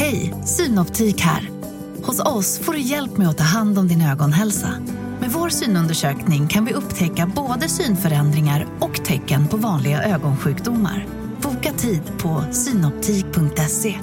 Hej, Synoptik här. Hos oss får du hjälp med att ta hand om din ögonhälsa. Med vår synundersökning kan vi upptäcka både synförändringar och tecken på vanliga ögonsjukdomar. Boka tid på synoptik.se.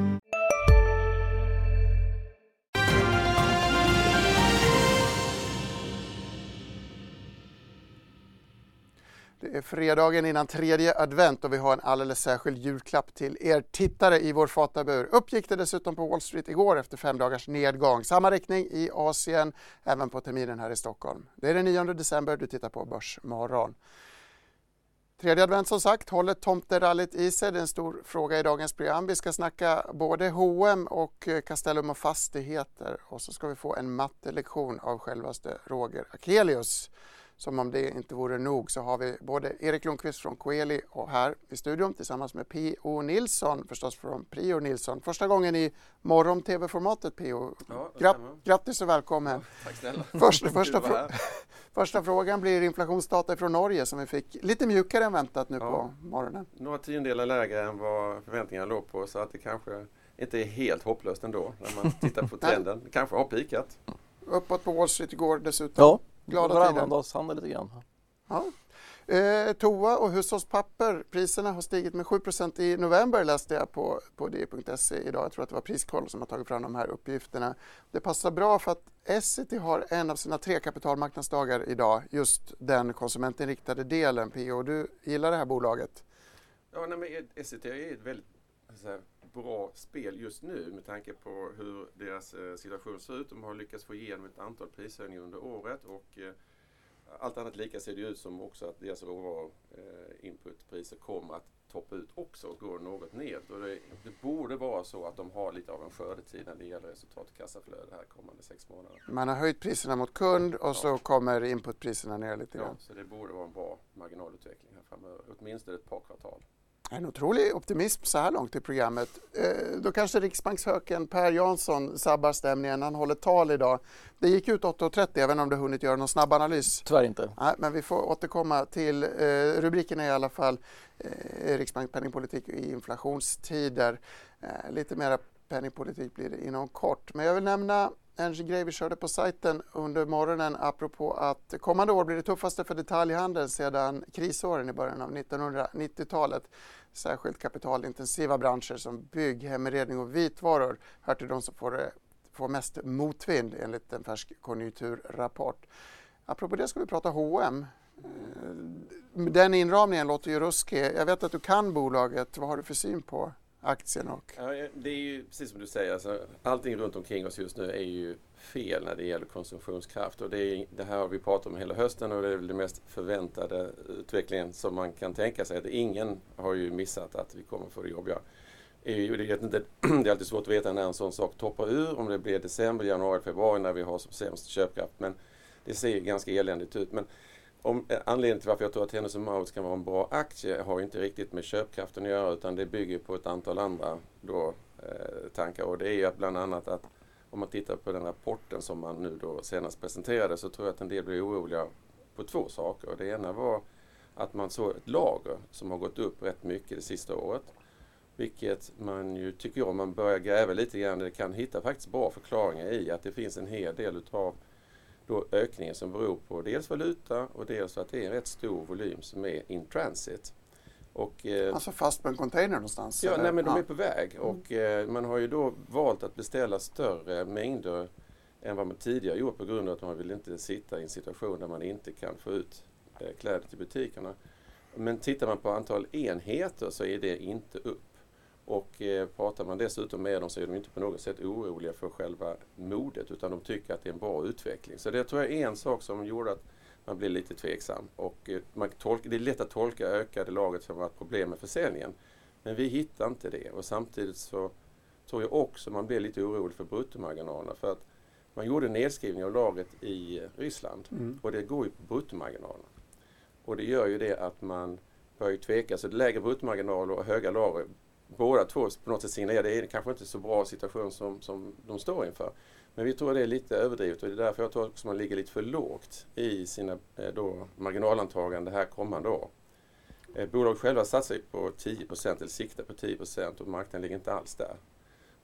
Det är fredagen innan tredje advent och vi har en alldeles särskild julklapp till er tittare i vår fatabur. Uppgick det dessutom på Wall Street igår efter 5 dagars nedgång. Samma riktning i Asien, även på terminen här i Stockholm. Det är den 9 december, du tittar på Börsmorgon. Tredje advent som sagt, håller tomterallyt i sig? Det är en stor fråga i dagens program. Vi ska snacka både H&M och Castellum och fastigheter. Och så ska vi få en mattelektion av självaste Roger Akelius. Som om det inte vore nog så har vi både Erik Lundqvist från Coeli och här i studion tillsammans med P.O. Nilsson, förstås från Prior Nilsson. Första gången i morgon-tv-formatet, P.O. Grattis och välkommen. Ja, tack snälla. Första frågan blir inflationsdata från Norge som vi fick lite mjukare än väntat nu på morgonen. Några tiondelar lägre än vad förväntningarna låg på, så att det kanske inte är helt hopplöst ändå när man tittar på trenden. Det kanske har pikat. Uppåt på Wall Street igår dessutom. Ja. Glada tider. Dagshandel lite grann. Ja. Toa och hushållspapper, priserna har stigit med 7% i november läste jag på d.se idag. Jag tror att det var Priskoll som har tagit fram de här uppgifterna. Det passar bra för att Essity har en av sina 3 kapitalmarknadsdagar idag, just den konsumentinriktade delen. P.O. Du gillar det här bolaget? Ja, men Essity är ett väldigt bra spel just nu med tanke på hur deras situation ser ut. De har lyckats få igenom ett antal prishöjningar under året och allt annat lika ser det ut som också att deras inputpriser kommer att toppa ut också och gå något ner. Och det borde vara så att de har lite av en skördetid när det gäller resultat och kassaflöde här kommande 6 månader. Man har höjt priserna mot kund och så kommer inputpriserna ner lite grann. Ja, så det borde vara en bra marginalutveckling här framöver, åtminstone ett par kvartal. En otrolig optimism så här långt i programmet. Då kanske riksbankshöken Per Jansson sabbar stämningen. Han håller tal idag. Det gick ut 8.30 även om du hunnit göra någon snabb analys. Tyvärr inte. Nej, men vi får återkomma till rubrikerna i alla fall. Riksbank, penningpolitik i inflationstider. Lite mer penningpolitik blir det inom kort. Men jag vill nämna en grej vi körde på sajten under morgonen apropå att kommande år blir det tuffaste för detaljhandeln sedan krisåren i början av 1990-talet. Särskilt kapitalintensiva branscher som bygg, heminredning och vitvaror hör till de som får mest motvind enligt en färsk konjunkturrapport. Apropå det ska vi prata H&M. Den inramningen låter ju ruskig. Jag vet att du kan bolaget. Vad har du för syn på aktien? Ja, det är ju precis som du säger, alltså, allting runt omkring oss just nu är ju fel när det gäller konsumtionskraft och det här har vi pratat om hela hösten och det är väl det mest förväntade utvecklingen som man kan tänka sig. Att ingen har ju missat att vi kommer få det jobbiga. Det är alltid svårt att veta när en sån sak toppar ur, om det blir december, januari, februari när vi har som sämst köpkraft, men det ser ganska eländigt ut. Men anledningen till varför jag tror att Hennes & Mauritz kan vara en bra aktie har inte riktigt med köpkraften att göra, utan det bygger på ett antal andra tankar. Och det är ju att bland annat att om man tittar på den rapporten som man nu då senast presenterade, så tror jag att en del blir oroliga på 2 saker. Det ena var att man såg ett lager som har gått upp rätt mycket det sista året. Vilket man ju tycker om man börjar gräva lite grann. Det kan hitta faktiskt bra förklaringar i att det finns en hel del utav då ökningen som beror på dels valuta och dels att det är en rätt stor volym som är in transit. Och, alltså fast på en container någonstans? Ja, nej, men de är på väg och man har ju då valt att beställa större mängder än vad man tidigare gjort på grund av att man vill inte sitta i en situation där man inte kan få ut kläder till butikerna. Men tittar man på antal enheter så är det inte upp. Och pratar man dessutom med dem så är de inte på något sätt oroliga för själva modet, utan de tycker att det är en bra utveckling. Så det tror jag är en sak som gjorde att man blir lite tveksam. Och det är lätt att tolka ökade lagret som ett problem med försäljningen. Men vi hittar inte det. Och samtidigt så tror jag också man blir lite orolig för bruttomarginalerna. För att man gjorde en nedskrivning av lagret i Ryssland. Och det går ju på bruttomarginalerna. Och det gör ju det att man börjar tveka. Så det lägre bruttomarginaler och höga lager, båda två på något sätt signalerar det är kanske inte så bra situation som de står inför. Men vi tror att det är lite överdrivet och det är därför jag tror att man ligger lite för lågt i sina marginalantagande här kommande år. Bolag själva satsar på 10% eller siktar på 10% och marknaden ligger inte alls där.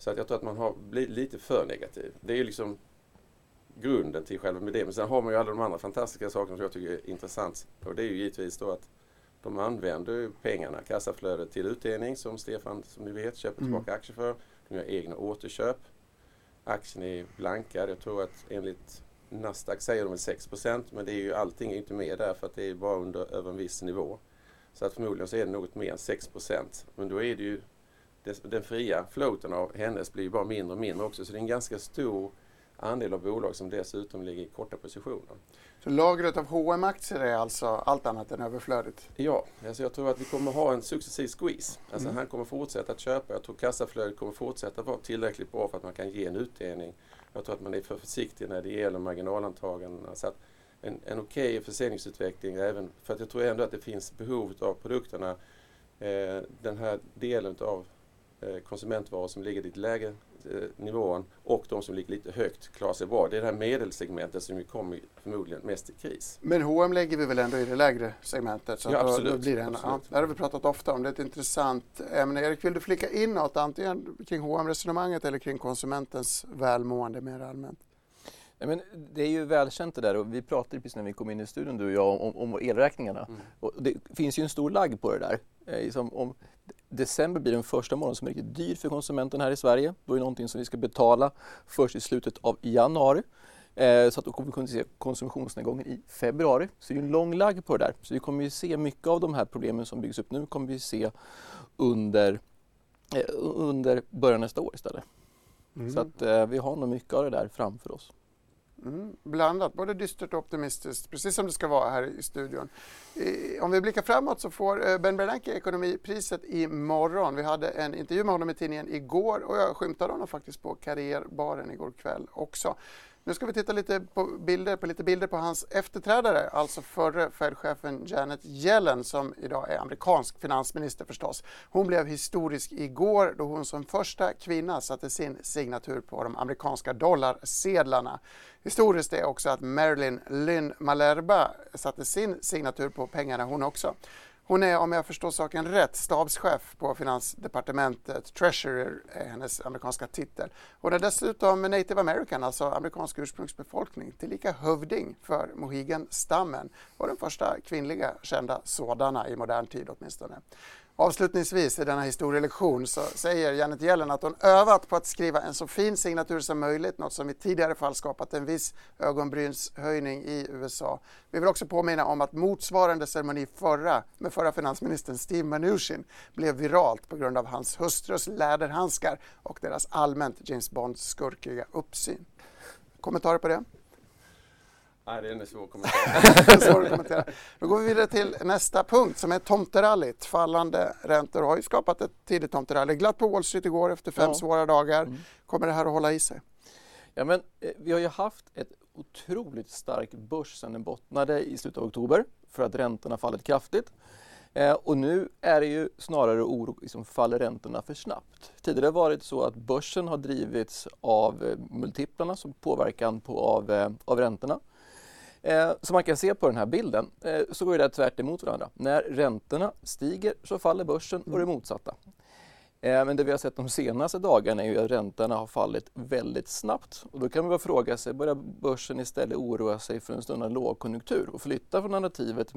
Så att jag tror att man har blivit lite för negativ. Det är ju liksom grunden till själva med det. Men sen har man ju alla de andra fantastiska sakerna som jag tycker är intressant. Och det är ju givetvis då att de använder pengarna, kassaflödet till utdelning som Stefan, som ni vet, köper tillbaka aktier för. De gör egna återköp. Aktien är blankad. Jag tror att enligt Nasdaq säger de väl 6%, men det är ju allting är inte med där för att det är bara över en viss nivå. Så att förmodligen så är det något mer än 6%. Men då är det ju den fria floaten av hennes blir ju bara mindre och mindre också. Så det är en ganska stor andel av bolag som dessutom ligger i korta positioner. Så lagret av H&M-aktier är alltså allt annat än överflödigt? Ja, alltså jag tror att vi kommer ha en successiv squeeze. Alltså han kommer fortsätta att köpa. Jag tror kassaflödet kommer fortsätta vara tillräckligt bra för att man kan ge en utdelning. Jag tror att man är för försiktig när det gäller marginalantagandena. Så att en okej försäljningsutveckling även, för att jag tror ändå att det finns behov av produkterna. Den här delen av konsumentvaror som ligger lite lägre nivån och de som ligger lite högt klarar sig bra. Det är det här medelsegmentet som ju kommer förmodligen mest i kris. Men H&M lägger vi väl ändå i det lägre segmentet? Så ja, absolut. Då blir det det har vi pratat ofta om. Det är ett intressant ämne. Erik, vill du flika in något antingen kring H&M-resonemanget eller kring konsumentens välmående mer allmänt? Nej, men det är ju välkänt det där och vi pratade precis när vi kom in i studion du och jag om elräkningarna. Och det finns ju en stor lagg på det där. Om december blir den första månaden som är riktigt dyr för konsumenten här i Sverige. Då är det någonting som vi ska betala först i slutet av januari. Så att då kommer vi kunna se konsumtionsnedgången i februari. Så det är en lång lagg på det där. Så vi kommer ju se mycket av de här problemen som byggs upp nu kommer vi se under början nästa år istället. Så att vi har nog mycket av det där framför oss. Blandat, både dystert och optimistiskt, precis som det ska vara här i studion. Om vi blickar framåt så får Ben Bernanke ekonomipriset imorgon. Vi hade en intervju med honom i tidningen igår och jag skymtade honom faktiskt på Karriärbaren igår kväll också. Nu ska vi titta lite på bilder på hans efterträdare, alltså förre Fed-chefen Janet Yellen som idag är amerikansk finansminister förstås. Hon blev historisk igår då hon som första kvinna satte sin signatur på de amerikanska dollarsedlarna. Historiskt är också att Marilyn Lynn Malerba satte sin signatur på pengarna hon också. Hon är, om jag förstår saken rätt, stabschef på finansdepartementet. Treasurer är hennes amerikanska titel. Hon är dessutom native american, alltså amerikansk ursprungsbefolkning, tillika hövding för Mohegan-stammen och den första kvinnliga kända sådana i modern tid åtminstone. Avslutningsvis i denna historielektion så säger Janet Yellen att hon övat på att skriva en så fin signatur som möjligt, något som i tidigare fall skapat en viss ögonbrynshöjning i USA. Vi vill också påminna om att motsvarande ceremoni med förra finansministern Steve Mnuchin blev viralt på grund av hans hustrus läderhandskar och deras allmänt James Bond-skurkiga uppsyn. Kommentarer på det? Nej, det är en svår kommentar. Då går vi vidare till nästa punkt som är tomterallyt. Fallande räntor har ju skapat ett tidigt tomterally. Glatt på Wall Street igår efter 5 svåra dagar. Kommer det här att hålla i sig? Ja, men vi har ju haft ett otroligt stark börs sedan den bottnade i slutet av oktober för att räntorna fallit kraftigt. Och nu är det ju snarare oro liksom, faller räntorna för snabbt. Tidigare har det varit så att börsen har drivits av multiplarna som påverkan av räntorna. Som man kan se på den här bilden så går det tvärt emot varandra. När räntorna stiger så faller börsen och det motsatta. Men det vi har sett de senaste dagarna är ju att räntorna har fallit väldigt snabbt. Och då kan man bara fråga sig, börjar börsen istället oroa sig för en stundande lågkonjunktur och flytta från narrativet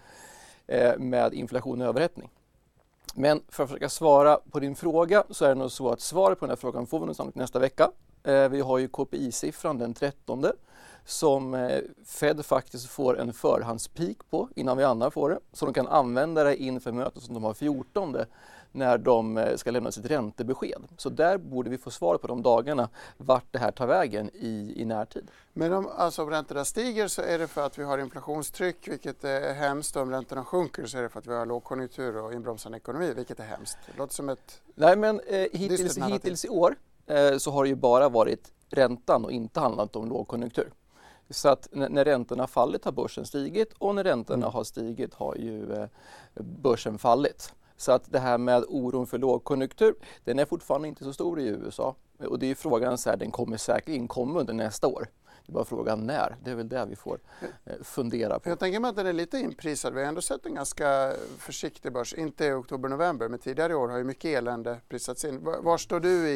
med inflation och överhettning? Men för att försöka svara på din fråga så är det nog så att svaret på den här frågan får vi nog sannolikt nästa vecka. Vi har ju KPI-siffran den 13 som Fed faktiskt får en förhandspeak på innan vi andra får det. Så de kan använda det inför mötet som de har 14 när de ska lämna sitt räntebesked. Så där borde vi få svar på de dagarna vart det här tar vägen i närtid. Men om räntorna stiger så är det för att vi har inflationstryck, vilket är hemskt. Om räntorna sjunker så är det för att vi har lågkonjunktur och inbromsande ekonomi, vilket är hemskt. Det låter som ett... Nej, men hittills i år så har det ju bara varit räntan och inte handlat om lågkonjunktur. Så att när räntorna fallit har börsen stigit och när räntorna har stigit har ju börsen fallit. Så att det här med oron för lågkonjunktur, den är fortfarande inte så stor i USA. Och det är ju frågan så här, den kommer säkert komma under nästa år. Det är bara frågan när. Det är väl det vi får fundera på. Jag tänker mig att den är lite inprisad. Vi har ändå sett en ganska försiktig börs. Inte i oktober-november, men tidigare i år har ju mycket elände prisats in. Var står du i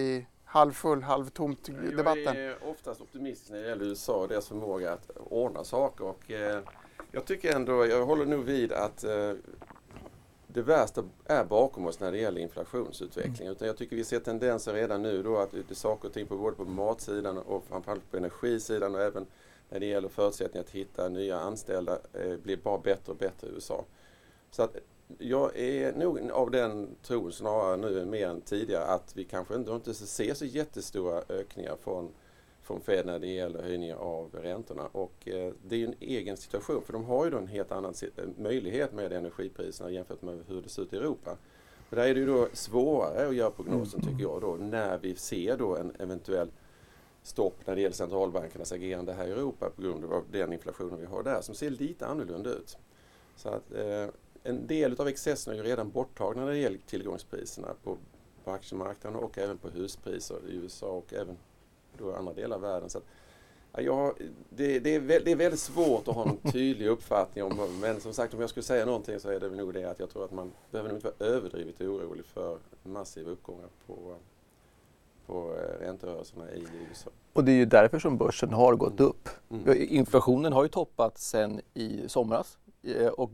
halvfull, halvtomt debatten? Jag är oftast optimistisk när det gäller USA och deras förmåga att ordna saker. Och, jag tycker ändå, jag håller nog vid att det värsta är bakom oss när det gäller inflationsutveckling. Utan jag tycker vi ser tendenser redan nu då att det är saker och ting på både på matsidan och framförallt på energisidan och även när det gäller förutsättningar att hitta nya anställda blir bara bättre och bättre i USA. Så att jag är nog av den tron snarare nu mer än tidigare att vi kanske inte ser så jättestora ökningar från Fed när det gäller höjningar av räntorna. Och det är ju en egen situation för de har ju då en helt annan möjlighet med energipriserna jämfört med hur det ser ut i Europa. Och där är det ju då svårare att göra prognosen tycker jag då när vi ser då en eventuell stopp när det gäller centralbankernas agerande här i Europa på grund av den inflationen vi har där som ser lite annorlunda ut. Så att en del av excessen är ju redan borttagna när det gäller tillgångspriserna på aktiemarknaden och även på huspriser i USA och även då andra delar av världen. Så att, det är väldigt svårt att ha någon tydlig uppfattning om, men som sagt om jag skulle säga någonting så är det nog det att jag tror att man behöver nog inte vara överdrivet orolig för massiva uppgångar på ränterörelserna i USA. Och det är ju därför som börsen har gått upp. Inflationen har ju toppat sen i somras och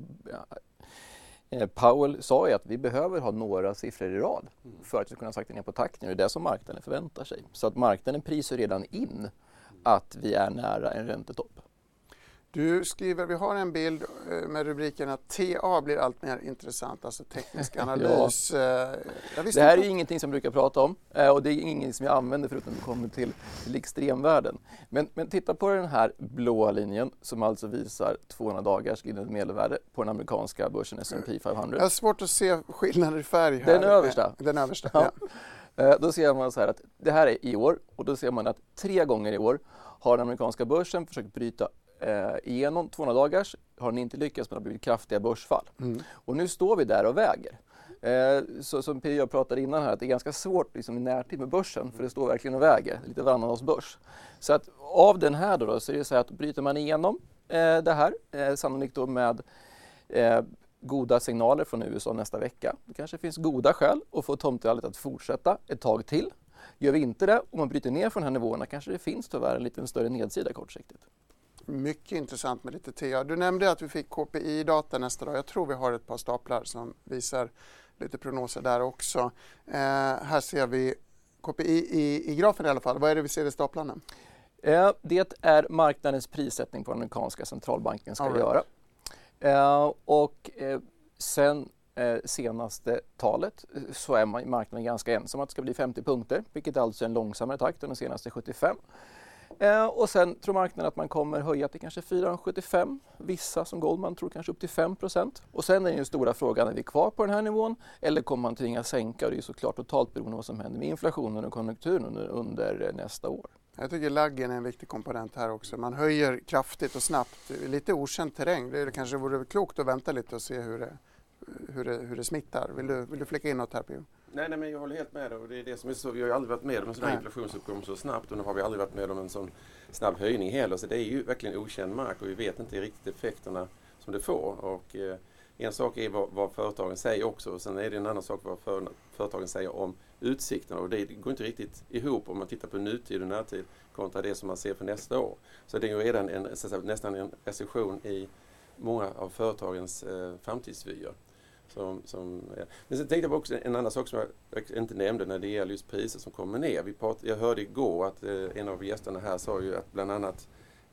Powell sa ju att vi behöver ha några siffror i rad för att vi ska kunna sakta ner på takten. Det är det som marknaden förväntar sig. Så att marknaden prisar redan in att vi är nära en räntetopp. Du skriver, vi har en bild med rubriken att TA blir allt mer intressant, alltså teknisk analys. Det här är ju ingenting som jag brukar prata om och det är ingenting som jag använder förutom det kommer till extremvärden. Men titta på den här blåa linjen som alltså visar 200 dagars glidande medelvärde på den amerikanska börsen S&P 500. Jag har svårt att se skillnader i färg här. Den översta. Den översta, ja. Då ser man så här att det här är i år och då ser man att 3 gånger i år har den amerikanska börsen försökt bryta igenom 200 dagars, har den inte lyckats men det har blivit kraftiga börsfall. Och nu står vi där och väger. Så som P.A. pratade innan här, att det är ganska svårt liksom, i närtid med börsen för det står verkligen och väger, lite varannans börs. Så att av den här då så är det så här att bryter man igenom det här, sannolikt då med goda signaler från USA nästa vecka. Det kanske finns goda skäl att få tomterallet att fortsätta ett tag till. Gör vi inte det, om man bryter ner från den här nivåerna kanske det finns tyvärr en lite större nedsida kortsiktigt. Mycket intressant med lite TA. Du nämnde att vi fick KPI-data nästa dag. Jag tror vi har ett par staplar som visar lite prognoser där också. Här ser vi KPI i grafen i alla fall. Vad är det vi ser i staplarna? Det är marknadens prissättning på den amerikanska centralbanken ska göra. Sen senaste talet så är marknaden ganska ensam att det ska bli 50 punkter, vilket alltså är en långsammare takt än de senaste 75. Och sen tror marknaden att man kommer höja till kanske 4,75. Vissa som Goldman tror kanske upp till 5%. Och sen är den stora frågan, är vi kvar på den här nivån eller kommer man tvingas sänka? Och det är såklart totalt beroende av vad som händer med inflationen och konjunkturen under nästa år. Jag tycker laggen är en viktig komponent här också. Man höjer kraftigt och snabbt. Lite okänd terräng. Det kanske vore klokt att vänta lite och se hur det smittar. Vill du fläcka in något här, P.O.? Nej, men jag håller helt med. Och det är det som är så, vi har ju aldrig varit med om en sån här inflationsuppgång så snabbt och nu har vi aldrig varit med om en sån snabb höjning heller. Så det är ju verkligen okänd mark och vi vet inte riktigt effekterna som det får. Och en sak är vad företagen säger också och sen är det en annan sak vad företagen säger om utsikterna och det går inte riktigt ihop om man tittar på nutid och närtid kontra det som man ser för nästa år. Så det är ju redan nästan en recession i många av företagens framtidsvyer. Men sen tänkte jag också en annan sak som jag inte nämnde när det gäller just priser som kommer ner. Jag hörde igår att en av gästerna här sa ju att bland annat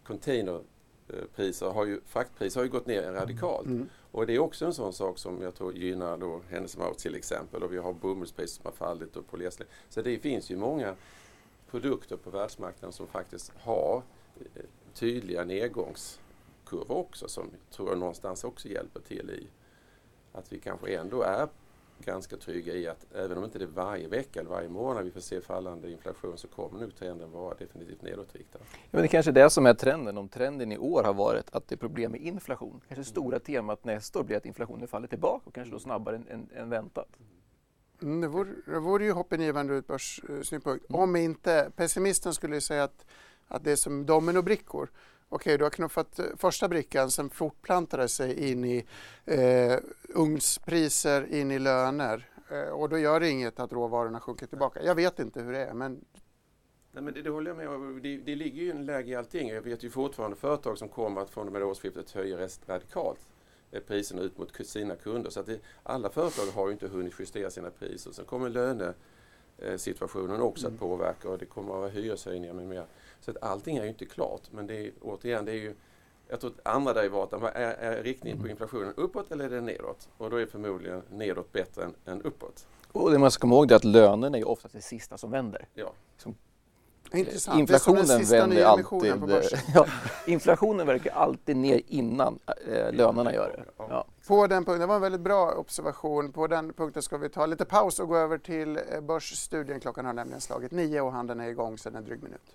containerpriser fraktpriser har ju gått ner radikalt. Och det är också en sån sak som jag tror gynnar då Hennes & Mauritz till exempel och vi har bomullspriser som har fallit och polyester. Så det finns ju många produkter på världsmarknaden som faktiskt har tydliga nedgångskurvor också som tror jag någonstans också hjälper till i att vi kanske ändå är ganska trygga i att även om inte det är varje vecka eller varje månad vi får se fallande inflation så kommer nog trenden vara definitivt nedåtriktad. Ja, men det kanske är det som är trenden. Om trenden i år har varit att det är problem med inflation. Kanske stora temat nästa år blir att inflationen faller tillbaka och kanske då snabbare än väntat. Det vore ju hoppingivande ur ett börssynpunkt. Om inte pessimisten skulle säga att det är som dominobrickor. Okej, du har knuffat första brickan, sen fortplantar det sig in i ugnspriser, in i löner. och då gör det inget att råvarorna sjunker tillbaka. Jag vet inte hur det är, men... Nej, men det håller jag med om. Det ligger ju en läge i allting. Jag vet ju fortfarande företag som kommer att från och med årsskiftet höja radikalt priserna ut mot sina kunder. Så att alla företag har ju inte hunnit justera sina priser. Sen kommer lönesituationen också att påverka och det kommer att vara hyreshöjningar med mer. Så att allting är ju inte klart. Men det är, återigen, det är ju, jag tror att andra derivaten är riktningen på inflationen uppåt eller är det nedåt? Och då är förmodligen nedåt bättre än uppåt. Och det man ska komma ihåg är att lönen är ju ofta det sista som vänder. Ja. Intressant. Inflationen vänder alltid. Ja, inflationen verkar alltid ner innan lönerna gör det. Ja. På den punkten, det var en väldigt bra observation. På den punkten ska vi ta lite paus och gå över till börsstudien. Klockan har nämligen slagit 9 och handeln är igång sedan en dryg minut.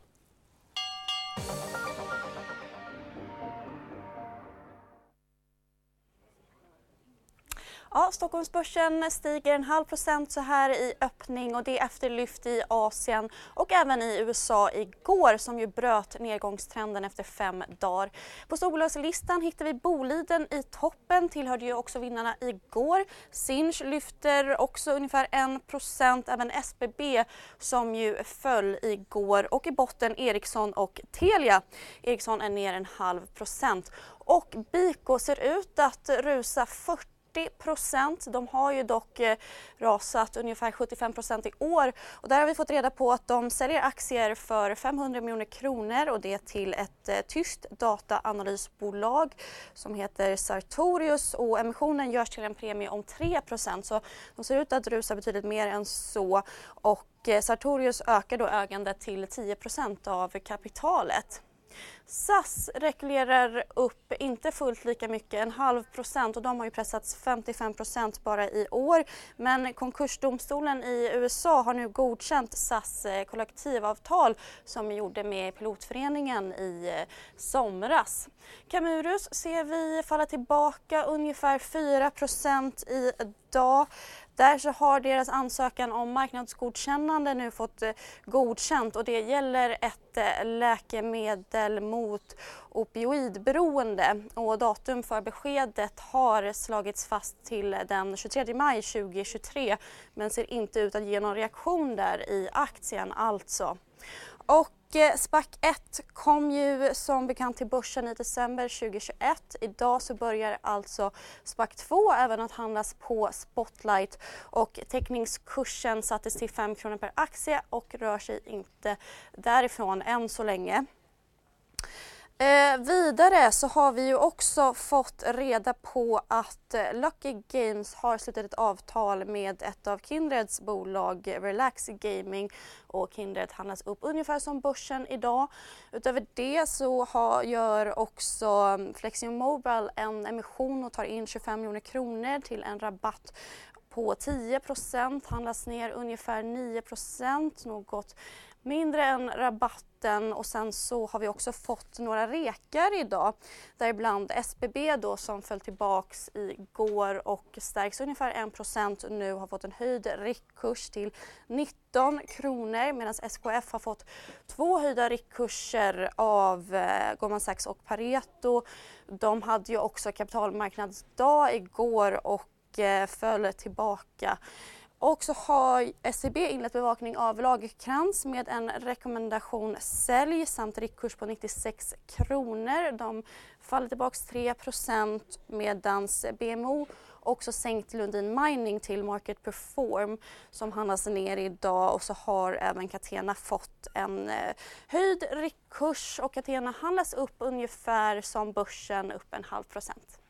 Ja, Stockholmsbörsen stiger 0,5% så här i öppning och det är efterlyft i Asien och även i USA igår som ju bröt nedgångstrenden efter 5 dagar. På storbolagslistan hittar vi Boliden i toppen, tillhörde ju också vinnarna igår. Sinch lyfter också ungefär 1%, även SBB som ju föll igår och i botten Ericsson och Telia. Ericsson är ner 0,5% och BICO ser ut att rusa 40%. De har ju dock rasat ungefär 75% i år och där har vi fått reda på att de säljer aktier för 500 miljoner kronor och det till ett tyskt dataanalysbolag som heter Sartorius och emissionen görs till en premie om 3% så de ser ut att rusa betydligt mer än så och Sartorius ökar då ägandet till 10% av kapitalet. SAS rekylerar upp inte fullt lika mycket, 0,5% och de har ju pressats 55% bara i år. Men konkursdomstolen i USA har nu godkänt SAS kollektivavtal som gjorde med pilotföreningen i somras. Camurus ser vi falla tillbaka ungefär 4% idag. Där så har deras ansökan om marknadsgodkännande nu fått godkänt och det gäller ett läkemedel mot opioidberoende och datum för beskedet har slagits fast till den 23 maj 2023 men ser inte ut att ge någon reaktion där i aktien alltså. Och SPAC 1 kom ju som bekant till börsen i december 2021. Idag så börjar alltså SPAC 2 även att handlas på Spotlight och teckningskursen sattes till 5 kronor per aktie och rör sig inte därifrån än så länge. Vidare så har vi ju också fått reda på att Lucky Games har slutit ett avtal med ett av Kindreds bolag Relax Gaming och Kindred handlas upp ungefär som börsen idag. Utöver det så gör också Flexion Mobile en emission och tar in 25 miljoner kronor till en rabatt på 10%, handlas ner ungefär 9%, något mindre än rabatten och sen så har vi också fått några rekar idag. Däribland SBB då som föll tillbaks igår och stärks ungefär 1% nu har fått en höjd riktkurs till 19 kronor medan SKF har fått 2 höjda riktkurser av Goldman Sachs och Pareto. De hade ju också kapitalmarknadsdag igår och föll tillbaka. Och så har SEB inlett bevakning av Lagercrantz med en rekommendation sälj samt riktkurs på 96 kronor. De faller tillbaka 3% medan BMO också sänkt Lundin Mining till Market Perform som handlas ner idag och så har även Catena fått en höjd riktkurs och Catena handlas upp ungefär som börsen upp 0,5%.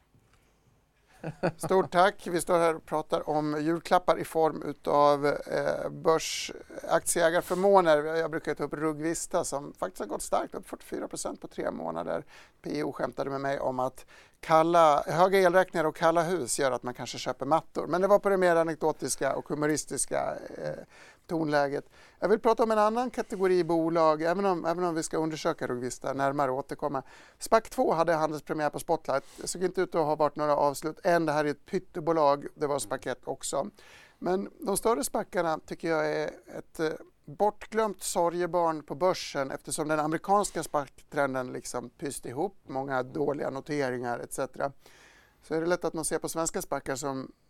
Stort tack. Vi står här och pratar om julklappar i form av börsaktieägarförmåner. Jag brukar ta upp Rugvista som faktiskt har gått starkt upp 44% på 3 månader. PO skämtade med mig om att höga elräkningar och kalla hus gör att man kanske köper mattor. Men det var på det mer anekdotiska och humoristiska tonläget. Jag vill prata om en annan kategori bolag, även om vi ska undersöka Rugvista närmare och återkomma. SPAC 2 hade handelspremiär på Spotlight. Det såg inte ut att ha varit några avslut än. Det här är ett pyttebolag, det var SPAC 1 också. Men de större SPACarna tycker jag är ett bortglömt sorgebarn på börsen eftersom den amerikanska SPAC-trenden liksom pyst ihop, många dåliga noteringar etc. Så är det lätt att man ser på svenska SPACar som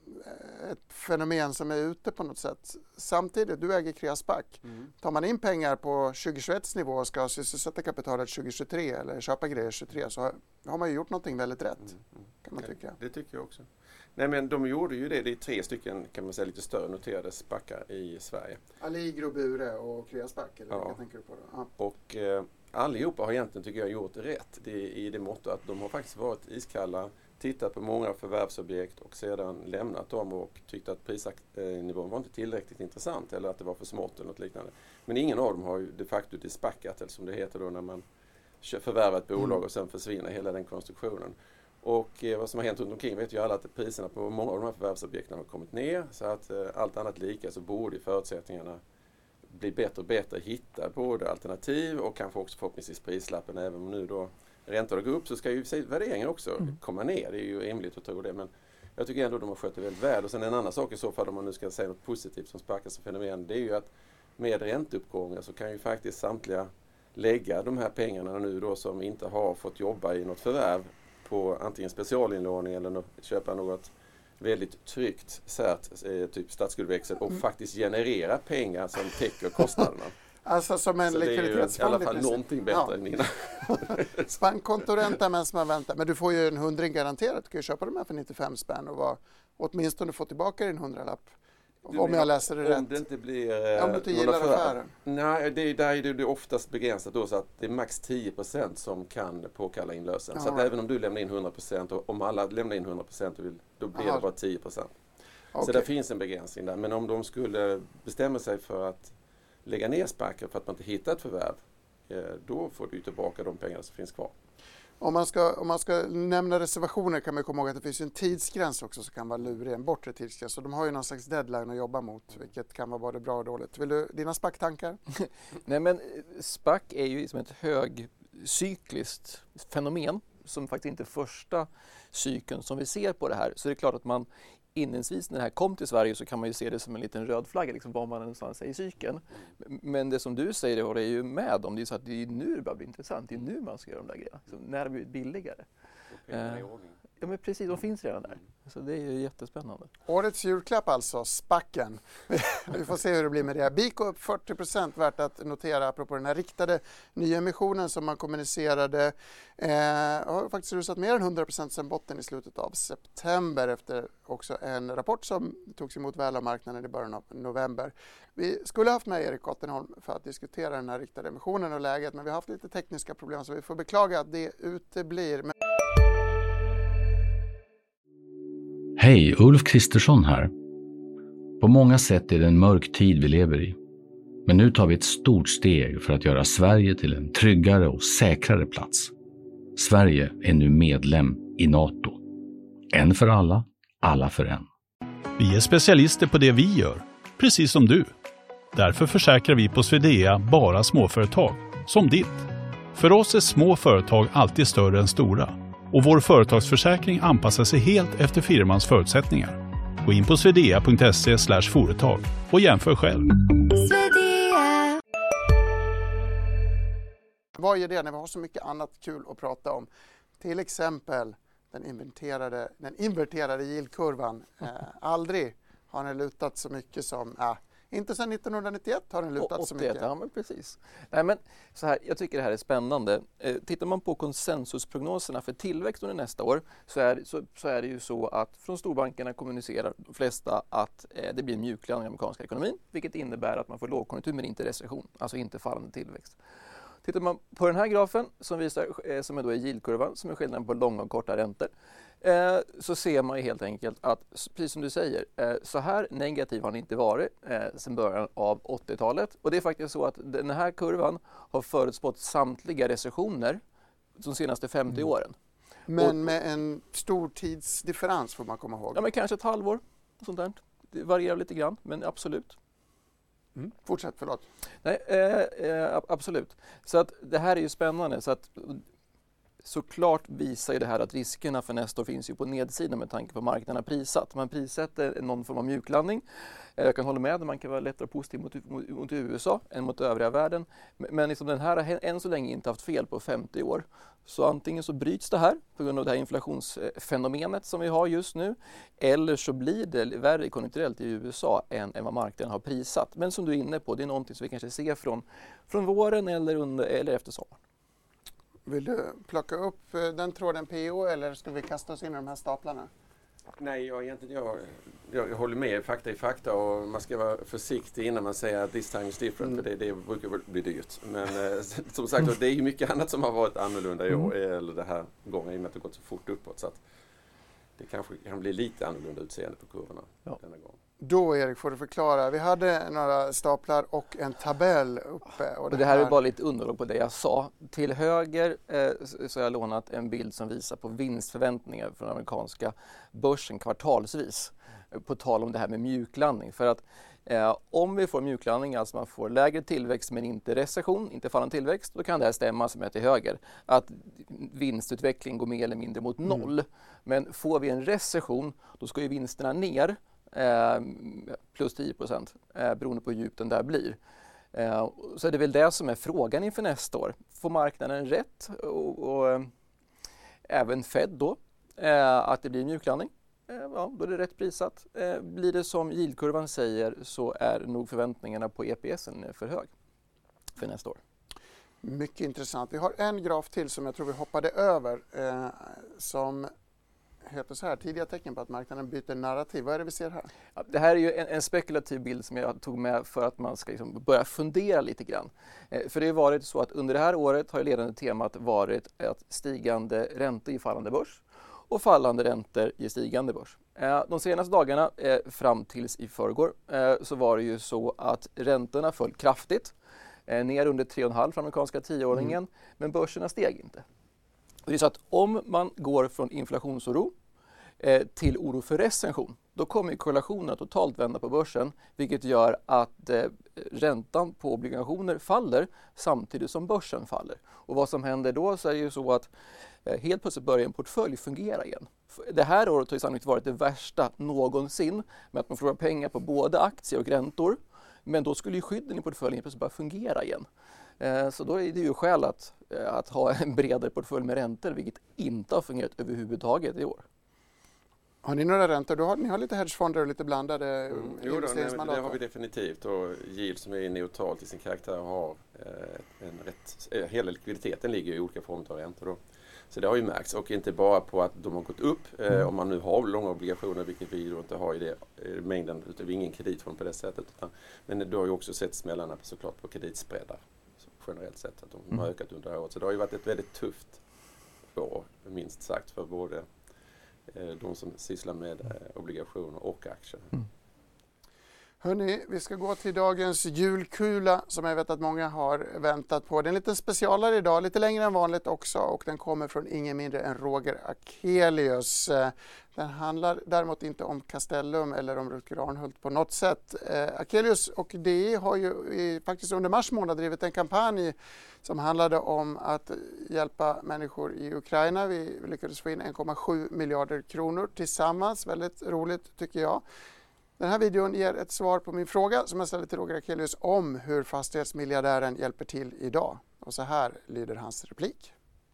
ett fenomen som är ute på något sätt. Samtidigt, du äger Kreasback. Tar man in pengar på 2021 nivå och ska sysselsätta kapitalet 2023 eller köpa grejer 2023 så har man ju gjort någonting väldigt rätt, kan man tycka. Det tycker jag också. Nej, men de gjorde ju det. Det är 3 stycken, kan man säga, lite större noterade spackar i Sverige. Allegro, Bure och Kreasback, eller vad tänker du på då? Ja. Och allihopa har egentligen, tycker jag, gjort rätt i det måtto att de har faktiskt varit iskalla, tittat på många förvärvsobjekt och sedan lämnat dem och tyckt att prisnivån var inte tillräckligt intressant eller att det var för smått eller något liknande. Men ingen av dem har ju de facto dispackat, eller som det heter då när man förvärvar ett bolag och sen försvinner hela den konstruktionen. Och vad som har hänt runt omkring vet ju alla att priserna på många av de här förvärvsobjekten har kommit ner, så att allt annat lika så borde förutsättningarna bli bättre och bättre, hitta både alternativ och kanske också förhoppningsvis prislappen. Även om nu då räntor går upp så ska ju värderingen också komma ner. Det är ju rimligt att tro det, men jag tycker ändå att de har skött det väldigt väl. Och sen en annan sak i så fall, om man nu ska säga något positivt som sparkar som fenomen, det är ju att med ränteuppgångar så kan ju faktiskt samtliga lägga de här pengarna nu då som inte har fått jobba i något förvärv på antingen specialinlåning eller köpa något väldigt tryggt typ statsskuldväxel och faktiskt generera pengar som täcker kostnaderna. Alltså som en likviditetsfond. I alla fall någonting bättre än innan. Bankkontoränta medan man väntar. Men du får ju en 100 garanterat. Du kan ju köpa de här för 95 spänn och åtminstone få tillbaka din 100-lapp. Om jag läser det rätt. Om det inte blir... om du inte gillar affären. Nej, där är det oftast begränsat då, så att det är max 10% som kan påkalla inlösen. Så att även om du lämnar in 100% och om alla lämnar in 100% då blir det bara 10%. Så det finns en begränsning där. Men om de skulle bestämma sig för att lägga ner sparken för att man inte hittar ett förvärv, då får du tillbaka de pengar som finns kvar. Om man ska nämna reservationer kan man komma ihåg att det finns en tidsgräns också som kan vara lurig, en bortre tidsgräns. Så de har ju någon slags deadline att jobba mot, vilket kan vara både bra och dåligt. Vill du dina SPAC-tankar? Nej, men SPAC är ju som ett högcykliskt fenomen som faktiskt inte är första cykeln som vi ser på det här. Så det är klart att man inledningsvis när det här kom till Sverige så kan man ju se det som en liten röd flagga, liksom var man någonstans är i cykeln. Men det som du säger, det håller jag ju med om, det är så att det är nu det börjar bli intressant, det är nu man ska göra de där grejerna. Så när det blir billigare. Ja, men precis, de finns redan där. Så det är ju jättespännande. Årets julklapp alltså, SPACen. Vi får se hur det blir med det. BICO upp 40%, värt att notera apropå den här riktade nyemissionen som man kommunicerade. Har faktiskt rusat mer än 100% sedan botten i slutet av september efter också en rapport som togs emot väl av marknaden i början av november. Vi skulle haft med Erik Ottenholm för att diskutera den här riktade emissionen och läget, men vi har haft lite tekniska problem så vi får beklaga att det uteblir. Hej, Ulf Kristersson här. På många sätt är det en mörk tid vi lever i. Men nu tar vi ett stort steg för att göra Sverige till en tryggare och säkrare plats. Sverige är nu medlem i NATO. En för alla, alla för en. Vi är specialister på det vi gör, precis som du. Därför försäkrar vi på Swedea bara småföretag, som ditt. För oss är små företag alltid större än stora. Och vår företagsförsäkring anpassar sig helt efter firmans förutsättningar. Gå in på swedea.se/företag och jämför själv. Swedea. Vad är det när vi har så mycket annat kul att prata om? Till exempel den inverterade yieldkurvan. Aldrig har den lutat så mycket som... Inte sedan 1991 har den lutat 81, så mycket. Ja, men precis. Nej, men så här, jag tycker det här är spännande. Tittar man på konsensusprognoserna för tillväxt under nästa år så är det ju så att från storbankerna kommunicerar de flesta att det blir en mjuklandning i den amerikanska ekonomin, vilket innebär att man får lågkonjunktur men inte recession, alltså inte fallande tillväxt. Tittar man på den här grafen som visar, som är då yieldkurvan, som är skillnaden på långa och korta räntor, så ser man ju helt enkelt att, precis som du säger, så här negativ har den inte varit sedan början av 80-talet. Och det är faktiskt så att den här kurvan har förutspått samtliga recessioner de senaste 50 åren. Men med en stor tidsdifferens får man komma ihåg. Ja, men kanske ett halvår. Sånt där. Det varierar lite grann, men absolut. Fortsätt, förlåt. Nej, absolut. Så att det här är ju spännande. Så att såklart visar ju det här att riskerna för nästa år finns ju på nedsidan med tanke på marknaden har prissatt. Man prissätter någon form av mjuklandning. Jag kan hålla med att man kan vara lättare positiv mot USA än mot övriga världen. Men liksom den här har än så länge inte haft fel på 50 år. Så antingen så bryts det här på grund av det här inflationsfenomenet som vi har just nu. Eller så blir det värre konjunkturellt i USA än vad marknaden har prissatt. Men som du är inne på, det är någonting som vi kanske ser från våren eller efter sommaren. Vill du plocka upp den tråden PO eller ska vi kasta oss in i de här staplarna? Nej, jag håller med. Fakta är fakta och man ska vara försiktig innan man säger att this time is different, för det brukar bli dyrt. Men som sagt, det är ju mycket annat som har varit annorlunda i år, eller det här gången, i och med att det gått så fort uppåt. Så att det kanske kan bli lite annorlunda utseende på kurvorna denna gång. Då Erik får du förklara. Vi hade några staplar och en tabell uppe. Och det här är bara lite underlag på det jag sa. Till höger så har jag lånat en bild som visar på vinstförväntningar från amerikanska börsen kvartalsvis. På tal om det här med mjuklandning. För att om vi får mjuklandning, alltså man får lägre tillväxt men inte recession, inte fallande tillväxt, då kan det här stämma som är till höger. Att vinstutveckling går mer eller mindre mot noll. Men får vi en recession, då ska ju vinsterna ner. Plus 10% beroende på hur djup den där blir. Så är det väl det som är frågan inför nästa år. Får marknaden rätt och även Fed då att det blir mjuklandning? Då är det rätt prissatt. Blir det som yieldkurvan säger så är nog förväntningarna på EPSen för hög för nästa år. Mycket intressant. Vi har en graf till som jag tror vi hoppade över som heter så här, tidiga tecken på att marknaden byter narrativ. Vad är det vi ser här? Ja, det här är ju en spekulativ bild som jag tog med för att man ska liksom börja fundera lite grann. För det har varit så att under det här året har ledande temat varit att stigande räntor i fallande börs och fallande räntor i stigande börs. De senaste dagarna fram tills i förrgår så var det ju så att räntorna föll kraftigt ner under 3,5 för amerikanska 10-åringen, men börserna steg inte. Det är så att om man går från inflationsoro till oro för recession, då kommer korrelationen att totalt vända på börsen, vilket gör att räntan på obligationer faller samtidigt som börsen faller. Och vad som händer då så är det ju så att helt plötsligt börjar en portfölj fungera igen. Det här året har ju sannolikt varit det värsta någonsin med att man förlorar pengar på både aktier och räntor, men då skulle ju skydden i portföljen plötsligt bara fungera igen. Så då är det ju skäl att ha en bredare portfölj med räntor, vilket inte har fungerat överhuvudtaget i år. Har ni några räntor? Ni har lite hedgefonder och lite blandade investeringsmandat? Det har vi definitivt, och yield som är neutralt i sin karaktär har hela likviditeten ligger i olika former av räntor då. Så det har ju märkts, och inte bara på att de har gått upp om man nu har långa obligationer, vilket vi då inte har i det mängden, utan vi har ingen kredit från på det sättet. Men det har ju också sett smällarna såklart på kreditspreadar generellt sett, att de har ökat under året. Så det har ju varit ett väldigt tufft år, minst sagt, för både de som sysslar med obligationer och aktier. Hörrni, vi ska gå till dagens julkula som jag vet att många har väntat på. Det är en liten specialare idag, lite längre än vanligt också, och den kommer från ingen mindre än Roger Akelius. Den handlar däremot inte om Castellum eller om Rutger Arnhult på något sätt. Akelius och DI har ju faktiskt under mars månad drivit en kampanj som handlade om att hjälpa människor i Ukraina. Vi lyckades få in 1,7 miljarder kronor tillsammans. Väldigt roligt tycker jag. Den här videon ger ett svar på min fråga som jag ställde till Roger Akelius om hur fastighetsmiljardären hjälper till idag. Och så här lyder hans replik.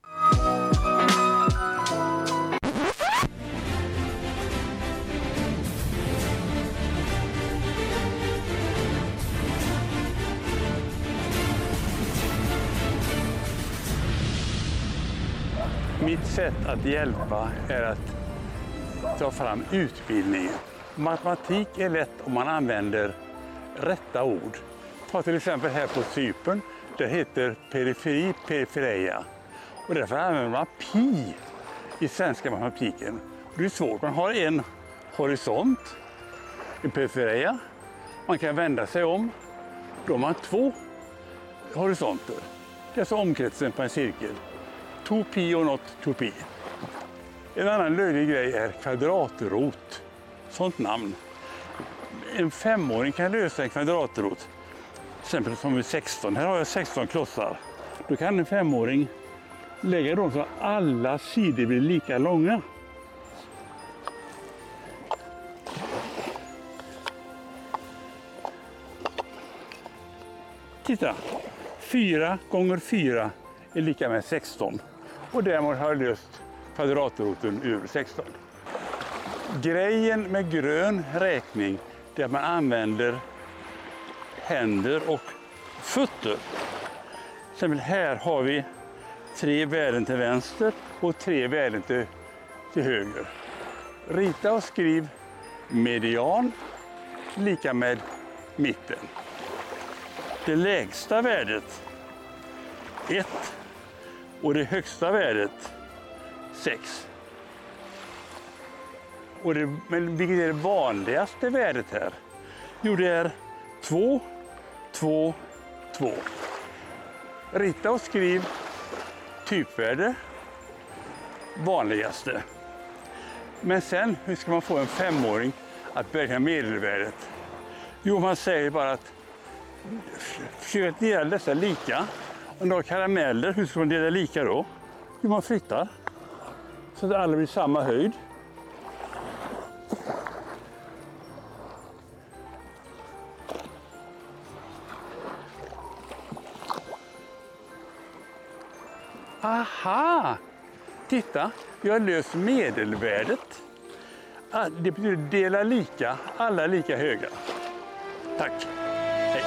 Mitt sätt att hjälpa är att ta fram utbildningen. Matematik är lätt om man använder rätta ord. Ta till exempel här på Cypern, det heter periferi, periferia. Och därför använder man pi i svenska matematiken. Det är svårt, man har en horisont, en periferia. Man kan vända sig om, då har man 2 horisonter. Det är alltså omkretsen på en cirkel. 2 pi och något 2 pi. En annan löjlig grej är kvadratrot. Sånt namn. En 5-åring kan lösa en kvadratrot. Till exempel som är 16. Här har jag 16 klossar. Då kan en 5-åring lägga dem så att alla sidor blir lika långa. Titta, 4 gånger 4 är lika med 16. Och därmed har jag löst kvadratroten ur 16. Grejen med grön räkning är att man använder händer och fötter. Exempel här har vi 3 värden till vänster och 3 värden till höger. Rita och skriv median lika med mitten. Det lägsta värdet 1 och det högsta värdet 6. Men vilket är det vanligaste värdet här? Jo, det är 2, 2, 2. Rita och skriv typvärde, vanligaste. Men sen, hur ska man få en 5-åring att beräkna medelvärdet? Jo, man säger bara att försök att dela dessa lika. Om du har karameller, hur ska man dela lika då? Jo, man flyttar så att alla blir samma höjd. Aha! Titta, vi har löst medelvärdet. Det betyder dela lika, alla lika höga. Tack! Hej!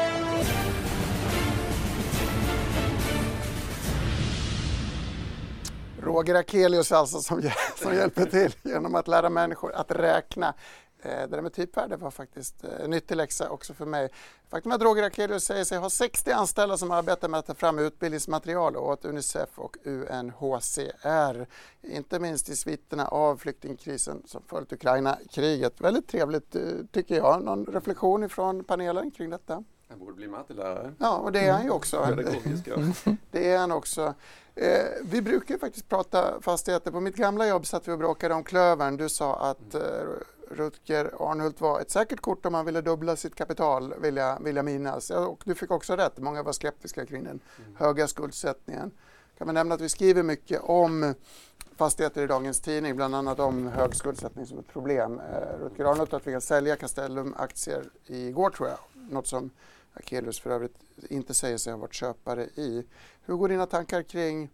Roger Akelius alltså som hjälper till genom att lära människor att räkna. Det där med typvärde var faktiskt en nyttig läxa också för mig. Faktum är att Roger Akelius säger sig ha 60 anställda som arbetar med att ta fram utbildningsmaterial åt Unicef och UNHCR. Inte minst i sviterna av flyktingkrisen som följt Ukraina-kriget. Väldigt trevligt tycker jag. Någon reflektion ifrån panelen kring detta? Han borde bli mattelärare. Ja, och det är han ju också. Det är han också. Vi brukar faktiskt prata fastigheter. På mitt gamla jobb satt vi och bråkade om Klövern. Du sa att Rutger Arnhult var ett säkert kort om man ville dubbla sitt kapital, vill jag minnas. Och du fick också rätt. Många var skeptiska kring den höga skuldsättningen. Kan man nämna att vi skriver mycket om fastigheter i dagens tidning, bland annat om hög skuldsättning som ett problem. Rutger Arnhult att vi kan sälja Castellum-aktier igår tror jag. Något som Akelius för övrigt inte säger sig ha varit köpare i. Hur går dina tankar kring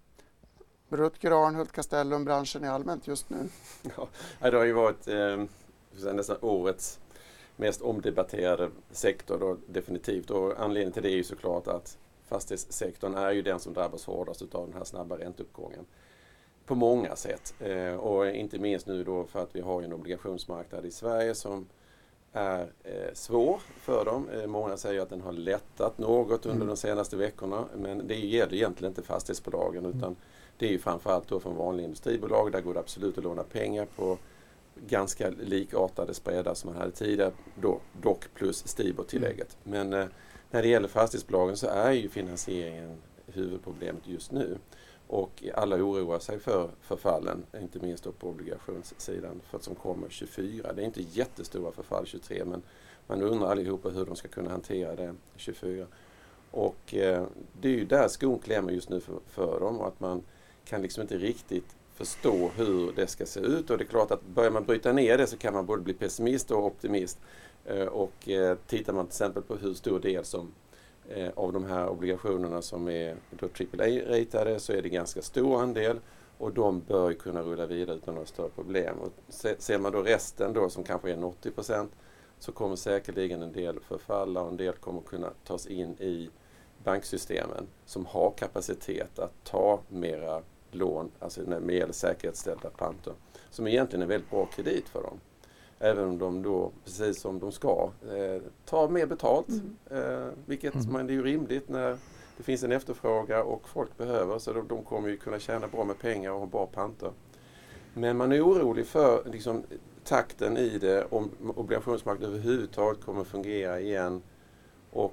Rutger Arnhult, Castellum-branschen i allmänt just nu? Ja, det har ju varit nästan årets mest omdebatterade sektor då, definitivt. Och anledningen till det är ju såklart att fastighetssektorn är ju den som drabbas hårdast av den här snabba ränteuppgången. På många sätt. Och inte minst nu då för att vi har en obligationsmarknad i Sverige som är svår för dem. Många säger att den har lättat något under de senaste veckorna, men det gäller egentligen inte fastighetsbolagen utan det är ju framförallt då från vanliga industribolag. Där går det absolut att låna pengar på ganska likartade spreadar som man hade tidigare, dock plus Stibor-tillägget. Men när det gäller fastighetsbolagen så är ju finansieringen huvudproblemet just nu. Och alla oroar sig för förfallen, inte minst då på obligationssidan för att som kommer 24. Det är inte jättestora förfall 23, men man undrar allihopa hur de ska kunna hantera det 24. Och det är ju där skon klämmer just nu för dem och att man kan liksom inte riktigt förstå hur det ska se ut. Och det är klart att börjar man bryta ner det så kan man både bli pessimist och optimist. Och tittar man till exempel på hur stor del som av de här obligationerna som är då AAA-ratade så är det ganska stor andel och de bör kunna rulla vidare utan några större problem. Och ser man då resten då som kanske är 80% så kommer säkerligen en del förfalla och en del kommer kunna tas in i banksystemen som har kapacitet att ta mera lån, alltså när det gäller säkerhetsställda panter, som egentligen är väldigt bra kredit för dem. Även om de då, precis som de ska, ta mer betalt. Vilket det är ju rimligt när det finns en efterfrågan och folk behöver. Så de kommer ju kunna tjäna bra med pengar och ha bra panter. Men man är orolig för liksom, takten i det, om obligationsmarknaden överhuvudtaget kommer att fungera igen. Och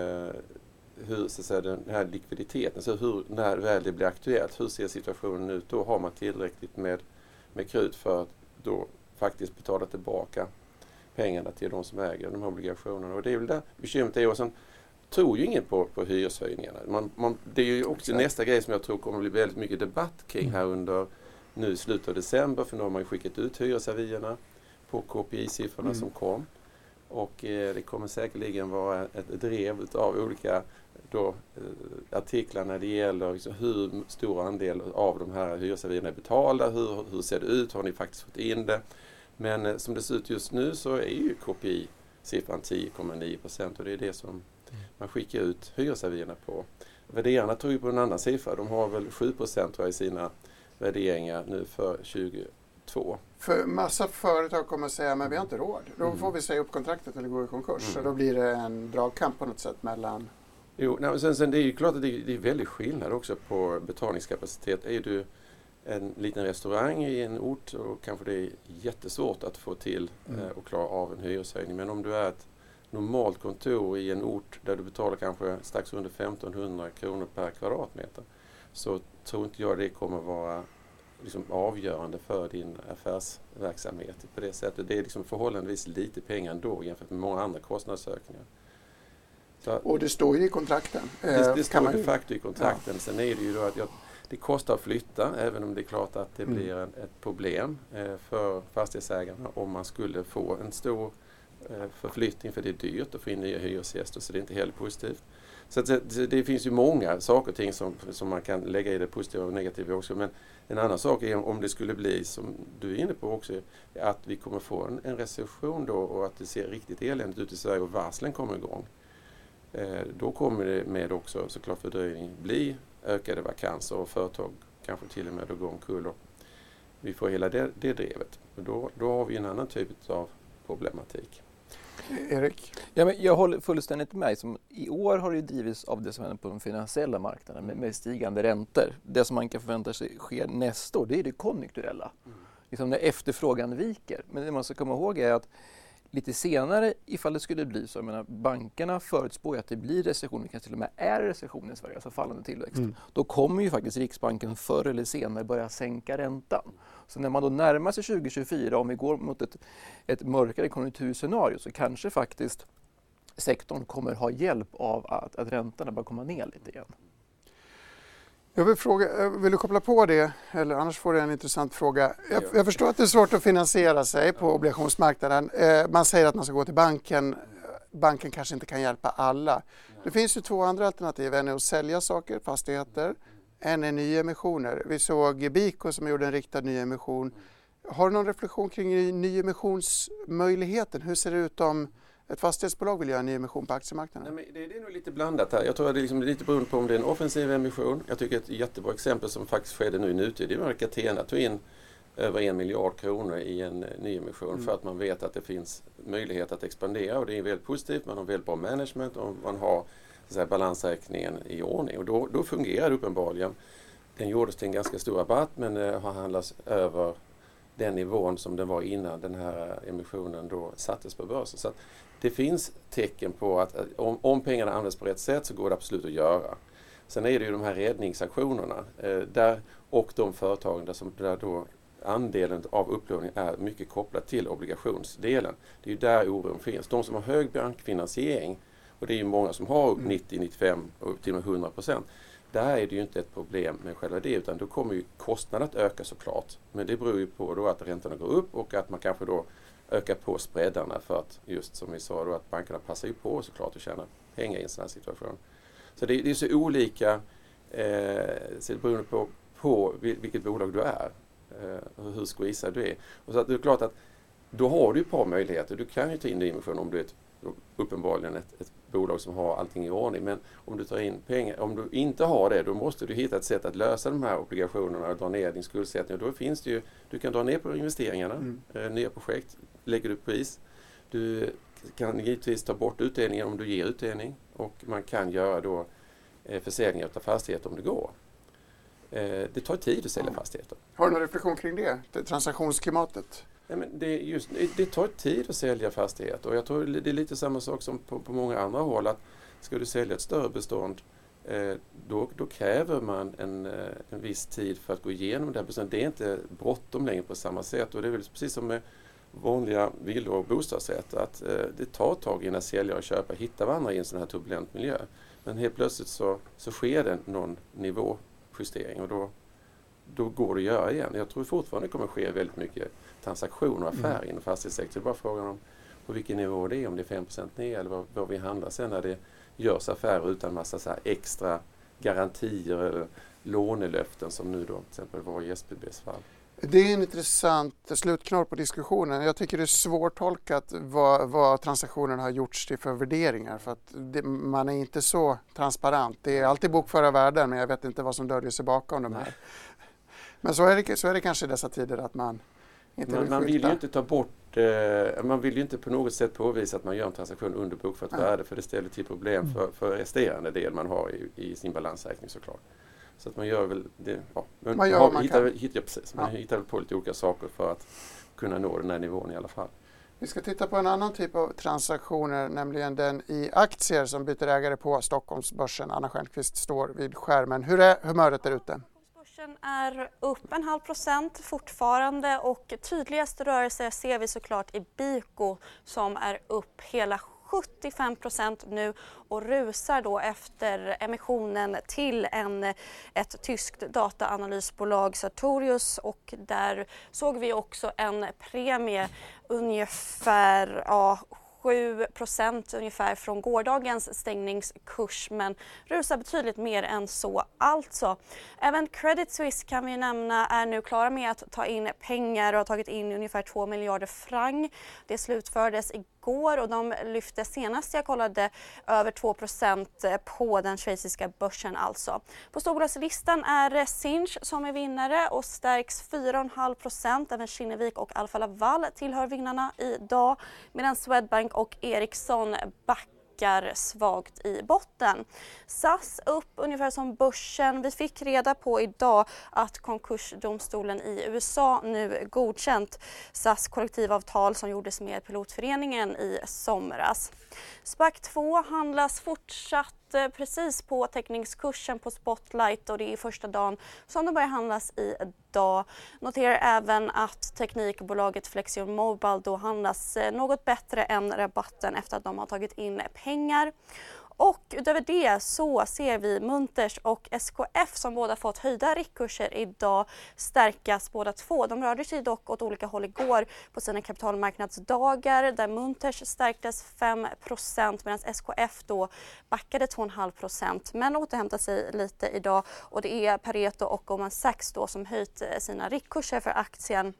hur så att säga, den här likviditeten, så hur, när väl det blir aktuellt, hur ser situationen ut? Då har man tillräckligt med krut för att då faktiskt betala tillbaka pengarna till de som äger de här obligationerna. Och det är väl där bekymret är. Och sen tror ju ingen på hyreshöjningarna. Det är ju också nästa grej som jag tror kommer att bli väldigt mycket debatt kring här under nu slutet av december, för nu har man ju skickat ut hyresavierna på KPI-siffrorna som kom. Och det kommer säkerligen vara ett drev av olika artiklar när det gäller liksom hur stor andel av de här hyresavierna är betalda, hur ser det ut, har ni faktiskt fått in det. Men som det ser ut just nu så är ju KPI-siffran 10,9% och det är det som man skickar ut hyresavierna på. Värderarna tror ju på en annan siffra, de har väl 7% tror jag i sina värderingar nu för 2022. För massa företag kommer att säga men vi har inte råd. Då får vi säga upp kontraktet eller gå i konkurs. Så då blir det en dragkamp på något sätt mellan... Jo, sen det är ju klart att det är väldigt skillnad också på betalningskapacitet. Är du en liten restaurang i en ort och kanske det är jättesvårt att få till och klara av en hyreshöjning. Men om du är ett normalt kontor i en ort där du betalar kanske strax under 1500 kronor per kvadratmeter, så tror inte jag det kommer vara liksom avgörande för din affärsverksamhet på det sättet. Det är liksom förhållandevis lite pengar ändå jämfört med många andra kostnadsökningar. Så, och det står ju i kontrakten. Det står de facto i kontrakten. Ja. Sen är det ju då att det kostar att flytta, även om det är klart att det blir ett problem för fastighetsägarna om man skulle få en stor förflyttning, för det är dyrt att få in nya hyresgäster, så det är inte heller positivt. Så det finns ju många saker och ting som man kan lägga i det positiva och negativa också. Men en annan sak är om det skulle bli, som du är inne på också, att vi kommer få en recession då och att det ser riktigt eländigt ut i Sverige och varslen kommer igång. Då kommer det med också såklart fördröjning bli ökade vakanser och företag kanske till och med då går omkull och vi får hela det drevet. Då har vi en annan typ av problematik. Erik? Ja, men jag håller fullständigt med. I år har det drivits av det som händer på de finansiella marknaderna med stigande räntor. Det som man kan förvänta sig sker nästa år, det är det konjunkturella. Liksom när efterfrågan viker. Men det man ska komma ihåg är att lite senare, ifall det skulle bli så, jag menar, bankerna förutspår att det blir recession, det kanske till och med är recession i Sverige, alltså fallande tillväxt. Då kommer ju faktiskt Riksbanken förr eller senare börja sänka räntan. Så när man då närmar sig 2024, om vi går mot ett mörkare konjunkturscenario, så kanske faktiskt sektorn kommer ha hjälp av att räntorna bara komma ner lite igen. Jag vill fråga, vill du koppla på det? Eller annars får du en intressant fråga. Jag förstår att det är svårt att finansiera sig på obligationsmarknaden. Man säger att man ska gå till banken. Banken kanske inte kan hjälpa alla. Det finns ju två andra alternativ. En är att sälja saker, fastigheter. En är nyemissioner. Vi såg Biko som gjorde en riktad nyemission. Har du någon reflektion kring nyemissionsmöjligheten? Hur ser det ut om ett fastighetsbolag vill göra en nyemission på aktiemarknaden? Nej, men det är nog lite blandat här. Jag tror att det är lite beroende på om det är en offensiv emission. Jag tycker ett jättebra exempel som faktiskt skedde nu i nutid, det var att Catena tog in över 1 miljard kronor i en nyemission för att man vet att det finns möjlighet att expandera och det är väldigt positivt. Man har väldigt bra management och man har så här, balansräkningen i ordning och då fungerar det uppenbarligen. Den gjordes till en ganska stor rabatt men har handlats över den nivån som den var innan den här emissionen då sattes på börsen. Så att det finns tecken på att om pengarna används på rätt sätt så går det absolut att göra. Sen är det ju de här räddningsaktionerna och de företagen där då andelen av upplåning är mycket kopplad till obligationsdelen. Det är ju där oron finns. De som har hög bankfinansiering, och det är ju många som har 90, 95 och till och med 100%. Där är det ju inte ett problem med själva det, utan då kommer ju kostnaden att öka såklart. Men det beror ju på då att räntorna går upp och att man kanske då ökar på spreadarna för att just som vi sa då att bankerna passar ju på såklart att tjäna pengar i en sån här situation. Så det är så olika, så det beror på vilket bolag du är, hur squeezad du är. Och så att det är klart att då har du ett par möjligheter. Du kan ju ta in nyemission om du är uppenbarligen ett bolag som har allting i ordning. Men om du tar in pengar, om du inte har det, då måste du hitta ett sätt att lösa de här obligationerna och dra ner din skuldsättning. Och då finns det ju, du kan dra ner på investeringarna, nya projekt, lägger du på is. Du kan givetvis ta bort utdelningen om du ger utdelning och man kan göra då försäljningar av fastigheter om det går. Det tar tid att sälja fastigheter. Har du någon reflektion kring det transaktionsklimatet? Ja, men det tar tid att sälja fastigheter och jag tror det är lite samma sak som på många andra håll att ska du sälja ett större bestånd då kräver man en viss tid för att gå igenom det här beståndet. Det är inte bråttom längre på samma sätt och det är väl precis som med vanliga villor och bostadsrätter att det tar ett tag innan säljare och köpare hittar varandra i en sån här turbulent miljö. Men helt plötsligt så sker det någon nivåjustering och då går det att göra igen. Jag tror fortfarande det kommer att ske väldigt mycket transaktioner och affärer inom fastighetssektorn. Det är bara frågan om på vilken nivå det är, om det är 5% ner eller vad vi handlar sen när det görs affärer utan massa så här extra garantier eller lånelöften som nu då till exempel var i SBBs fall. Det är en intressant slutknorr på diskussionen. Jag tycker det är svårtolkat vad transaktionerna har gjorts till för värderingar. För att man är inte så transparent. Det är alltid bokföra värden, men jag vet inte vad som döljer sig bakom de här. Men så är det kanske i dessa tider att man inte vill man vill ju inte ta bort, man vill ju inte på något sätt påvisa att man gör en transaktion under bokfört värde, för det ställer till problem för resterande del man har i sin balansräkning såklart. Så att man gör väl det, man hittar väl på lite olika saker för att kunna nå den här nivån i alla fall. Vi ska titta på en annan typ av transaktioner, nämligen den i aktier som byter ägare på Stockholmsbörsen. Anna Stjernqvist står vid skärmen. Hur är humöret där ute? Börsen är upp 0,5% fortfarande och tydligast rörelse ser vi såklart i BICO som är upp hela 75% nu och rusar då efter emissionen till ett tyskt dataanalysbolag Sartorius, och där såg vi också en premie ungefär 7% ungefär från gårdagens stängningskurs, men rusar betydligt mer än så alltså. Även Credit Suisse kan vi nämna är nu klara med att ta in pengar och har tagit in ungefär 2 miljarder franc. Det slutfördes igår och de lyfte senast jag kollade över 2% på den schweiziska börsen alltså. På storbolagslistan är Sinch som är vinnare och stärks 4,5%. Även Kinnevik och Alfa Laval tillhör vinnarna idag, medan Swedbank och Ericsson backar svagt i botten. SAS upp ungefär som börsen. Vi fick reda på idag att konkursdomstolen i USA nu godkänt SAS kollektivavtal som gjordes med pilotföreningen i somras. SPAC 2 handlas fortsatt precis på teckningskursen på Spotlight och det är första dagen som det börjar handlas idag. Noterar även att teknikbolaget Flexion Mobile då handlas något bättre än rabatten efter att de har tagit in pengar. Och utöver det så ser vi Munters och SKF som båda fått höjda riktkurser idag stärkas båda två. De rörde sig dock åt olika håll igår på sina kapitalmarknadsdagar där Munters stärktes 5% medan SKF då backade 2,5% men återhämtade sig lite idag, och det är Pareto och Goldman Sachs då som höjt sina riktkurser för aktien.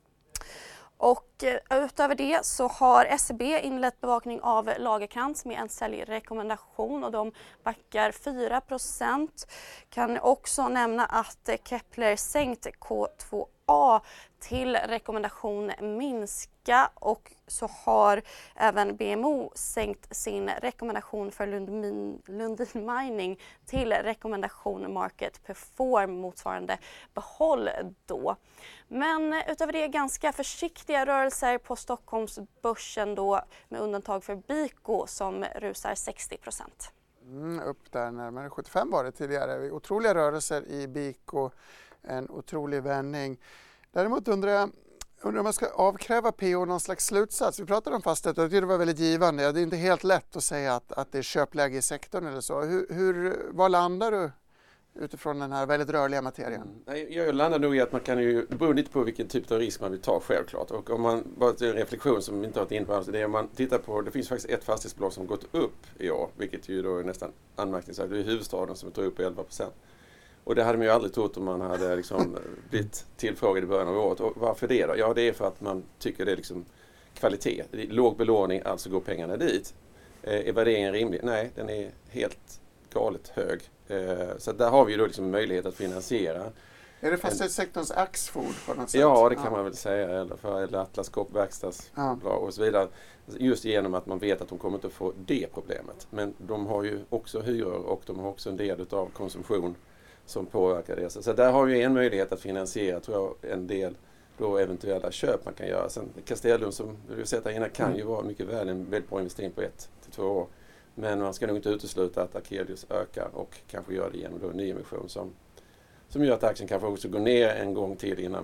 Och utöver det så har SEB inlett bevakning av Lagercrantz med en säljrekommendation och de backar 4%. Kan också nämna att Kepler sänkt K2A till rekommendation minska, och så har även BMO sänkt sin rekommendation för Lundin Mining till rekommendation Market Perform, motsvarande behåll då. Men utöver det ganska försiktiga rörelser på Stockholmsbörsen då, med undantag för BICO som rusar 60%. Upp där närmare 75 var det tidigare. Otroliga rörelser i BICO, en otrolig vändning. Däremot undrar jag om man ska avkräva PO någon slags slutsats. Vi pratade om fastighet och det var väldigt givande. Det är inte helt lätt att säga att det är köpläge i sektorn eller så. Var landar du utifrån den här väldigt rörliga materien? Jag landar nog i att man kan ju, det beror lite på vilken typ av risk man vill ta självklart. Och om man bara en reflektion som vi inte har varit inne på, det är om man tittar på, det finns faktiskt ett fastighetsbolag som gått upp i år, vilket ju då är nästan anmärkningsvärt. Det är huvudstaden som tar upp 11%. Och det hade man ju aldrig trott om man hade liksom blivit tillfrågad i början av året. Och varför det då? Ja, det är för att man tycker det är liksom kvalitet. Det är låg belåning, alltså går pengarna dit. Är värderingen rimlig? Nej, den är helt galet hög. Så där har vi ju då liksom möjlighet att finansiera. Är det fastighetssektorns Axfood på något sätt? Ja, det kan man väl säga. Eller Atlas Copco Verkstads och så vidare. Just genom att man vet att de kommer inte att få det problemet. Men de har ju också hyror och de har också en del av konsumtion som påverkar det. Så där har vi en möjlighet att finansiera, tror jag, en del då eventuella köp man kan göra. Sen Castellum som du sett här innan kan ju vara mycket väl en väldigt bra investering på 1 till 2 år. Men man ska nog inte utesluta att Akelius ökar och kanske gör det genom då en nyemission som gör att aktien kanske också går ner en gång till innan vi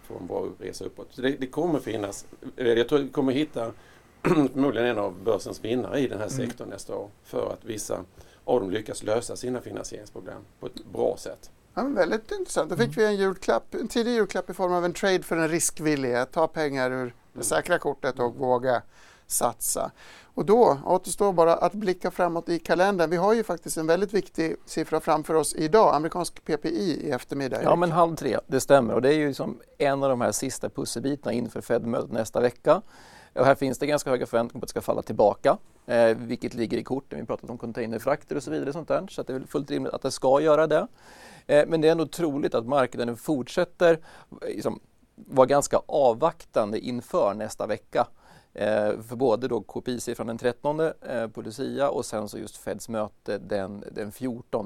få en bra resa uppåt. Så det kommer finnas, jag tror att vi kommer hitta förmodligen en av börsens vinnare i den här sektorn nästa år, för att vissa av dem lyckas lösa sina finansieringsproblem på ett bra sätt. Ja, väldigt intressant. Då fick vi en tidig julklapp i form av en trade för en riskvillig, att ta pengar ur det säkra kortet och våga satsa. Och då återstår bara att blicka framåt i kalendern. Vi har ju faktiskt en väldigt viktig siffra framför oss idag, amerikansk PPI i eftermiddag. Ja, men 2:30, det stämmer. Och det är ju som en av de här sista pusselbitarna inför Fed-mötet nästa vecka. Och här finns det ganska höga förväntningar på att det ska falla tillbaka, vilket ligger i korten. Vi pratat om containerfrakter och så vidare, sånt där, så att det är fullt rimligt att det ska göra det. Men det är ändå troligt att marknaden fortsätter vara ganska avvaktande inför nästa vecka. För både då KPI-siffran den 13 på Lucia och sen så just Feds möte den 14.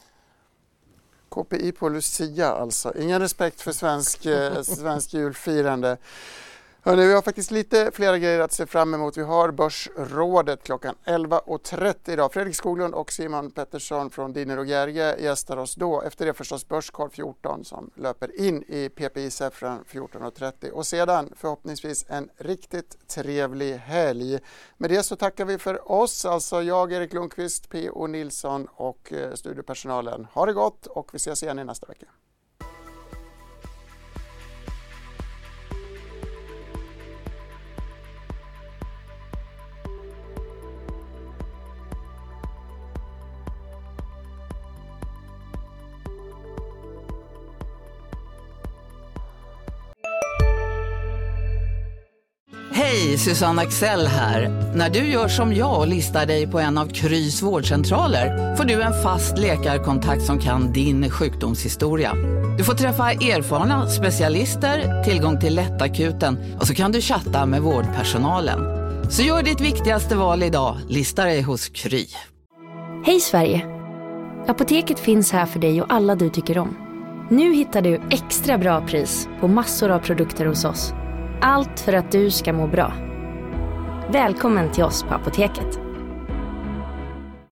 KPI på Lucia alltså. Ingen respekt för svensk julfirande. Hörrni, vi har faktiskt lite flera grejer att se fram emot. Vi har Börsrådet klockan 11.30 idag. Fredrik Skoglund och Simon Pettersson från Diner och Gerge gästar oss då. Efter det förstås Börskoll 14 som löper in i PPI-siffran 14.30. Och sedan förhoppningsvis en riktigt trevlig helg. Med det så tackar vi för oss, alltså jag, Erik Lundqvist, P.O. Nilsson och studiepersonalen. Ha det gott och vi ses igen i nästa vecka. Hej, Susanne Axel här. När du gör som jag och listar dig på en av Krys vårdcentraler får du en fast läkarkontakt som kan din sjukdomshistoria. Du får träffa erfarna specialister, tillgång till lättakuten och så kan du chatta med vårdpersonalen. Så gör ditt viktigaste val idag, lista dig hos Kry. Hej Sverige! Apoteket finns här för dig och alla du tycker om. Nu hittar du extra bra pris på massor av produkter hos oss. Allt för att du ska må bra. Välkommen till oss på Apoteket.